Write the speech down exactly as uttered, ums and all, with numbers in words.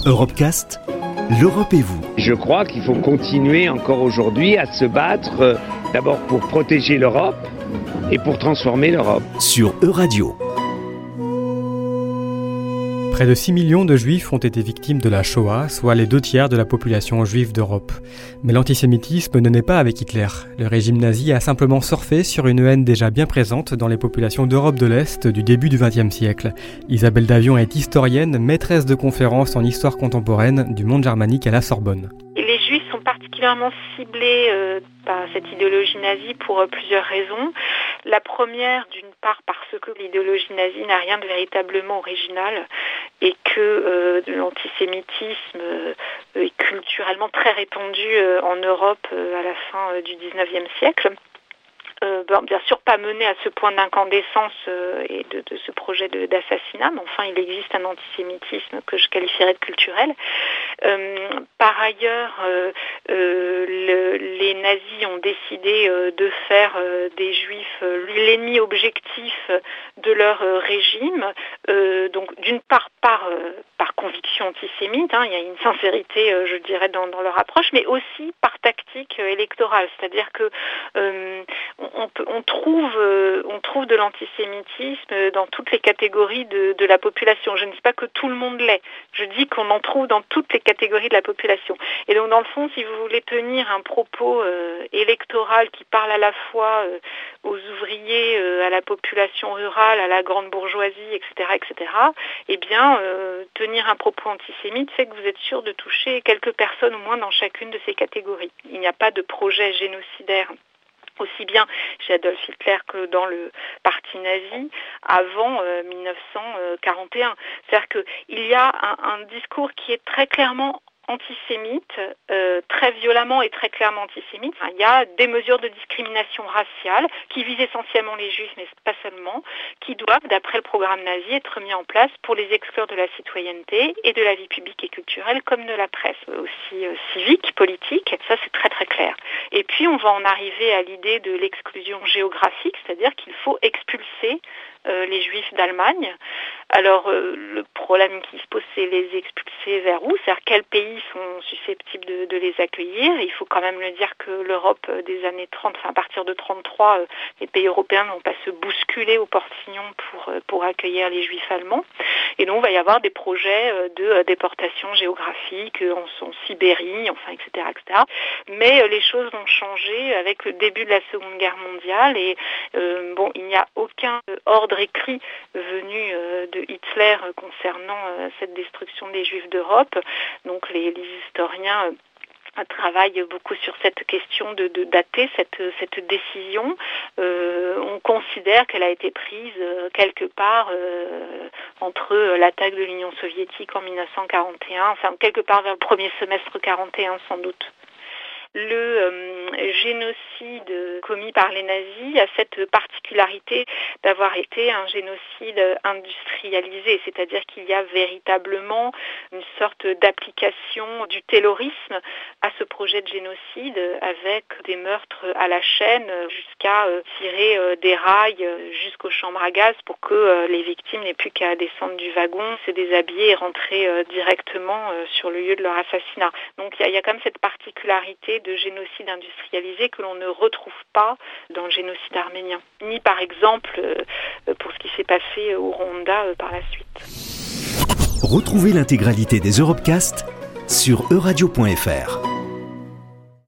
Europecast, l'Europe et vous. Je crois qu'il faut continuer encore aujourd'hui à se battre, euh, d'abord pour protéger l'Europe et pour transformer l'Europe. Sur Euradio. Près de six millions de juifs ont été victimes de la Shoah, soit les deux tiers de la population juive d'Europe. Mais l'antisémitisme ne naît pas avec Hitler. Le régime nazi a simplement surfé sur une haine déjà bien présente dans les populations d'Europe de l'Est du début du vingtième siècle. Isabelle Davion est historienne, maîtresse de conférences en histoire contemporaine du monde germanique à la Sorbonne. Et les juifs sont particulièrement ciblés euh, par cette idéologie nazie pour euh, plusieurs raisons. La première, d'une part, parce que l'idéologie nazie n'a rien de véritablement original et que euh, l'antisémitisme euh, est culturellement très répandu euh, en Europe euh, à la fin euh, du dix-neuvième siècle. Euh, ben, bien sûr pas mené à ce point d'incandescence euh, et de, de ce projet de, d'assassinat, mais enfin il existe un antisémitisme que je qualifierais de culturel. Euh, par ailleurs, euh, euh, le, les nazis ont décidé euh, de faire euh, des juifs euh, l'ennemi objectif de leur euh, régime, euh, donc d'une part par, euh, par conviction antisémite, hein, il y a une sincérité euh, je dirais dans, dans leur approche, mais aussi par tactique euh, électorale, c'est-à-dire que euh, On, peut, on, trouve, euh, on trouve de l'antisémitisme dans toutes les catégories de, de la population. Je ne dis pas que tout le monde l'est. Je dis qu'on en trouve dans toutes les catégories de la population. Et donc, dans le fond, si vous voulez tenir un propos euh, électoral qui parle à la fois euh, aux ouvriers, euh, à la population rurale, à la grande bourgeoisie, et cetera, et cetera, eh bien, euh, tenir un propos antisémite fait que vous êtes sûr de toucher quelques personnes au moins dans chacune de ces catégories. Il n'y a pas de projet génocidaire aussi bien chez Adolf Hitler que dans le parti nazi avant euh, dix-neuf cent quarante et un. C'est-à-dire qu'il y a un, un discours qui est très clairement antisémite, euh, très violemment et très clairement antisémite. Enfin, il y a des mesures de discrimination raciale qui visent essentiellement les juifs, mais pas seulement, qui doivent, d'après le programme nazi, être mis en place pour les exclure de la citoyenneté et de la vie publique et culturelle, comme de la presse, aussi euh, civique, politique. Ça, c'est très très clair. Et puis, on va en arriver à l'idée de l'exclusion géographique, c'est-à-dire qu'il faut expulser euh, les juifs d'Allemagne. Alors, euh, le problème qui se pose, c'est les expulser vers où ? C'est-à-dire quels pays sont susceptibles de, de les accueillir. Il faut quand même le dire que l'Europe des années trente, enfin à partir de trente-trois, euh, les pays européens n'ont pas se bousculer au portillon pour, euh, pour accueillir les juifs allemands. Et donc, il va y avoir des projets euh, de euh, déportation géographique euh, en, en Sibérie, enfin, et cetera, et cetera. Mais euh, les choses vont changer avec le début de la Seconde Guerre mondiale et euh, bon, il n'y a aucun euh, ordre écrit venu euh, de Hitler euh, concernant euh, cette destruction des Juifs d'Europe. Donc les, les historiens euh, travaillent beaucoup sur cette question de, de dater cette, cette décision. Euh, on considère qu'elle a été prise euh, quelque part euh, entre l'attaque de l'Union soviétique en dix-neuf cent quarante et un, enfin quelque part vers le premier semestre quarante et un sans doute. Le euh, génocide commis par les nazis a cette particularité d'avoir été un génocide industrialisé, c'est-à-dire qu'il y a véritablement une sorte d'application du terrorisme à ce projet de génocide avec des meurtres à la chaîne jusqu'à euh, tirer euh, des rails jusqu'aux chambres à gaz pour que euh, les victimes n'aient plus qu'à descendre du wagon, se déshabiller et rentrer euh, directement euh, sur le lieu de leur assassinat. Donc il y, y a quand même cette particularité de génocide industrialisé que l'on ne retrouve pas dans le génocide arménien, ni par exemple euh, pour ce qui s'est passé au Rwanda euh, par la suite. Retrouvez l'intégralité des Europecast sur euradio point f r.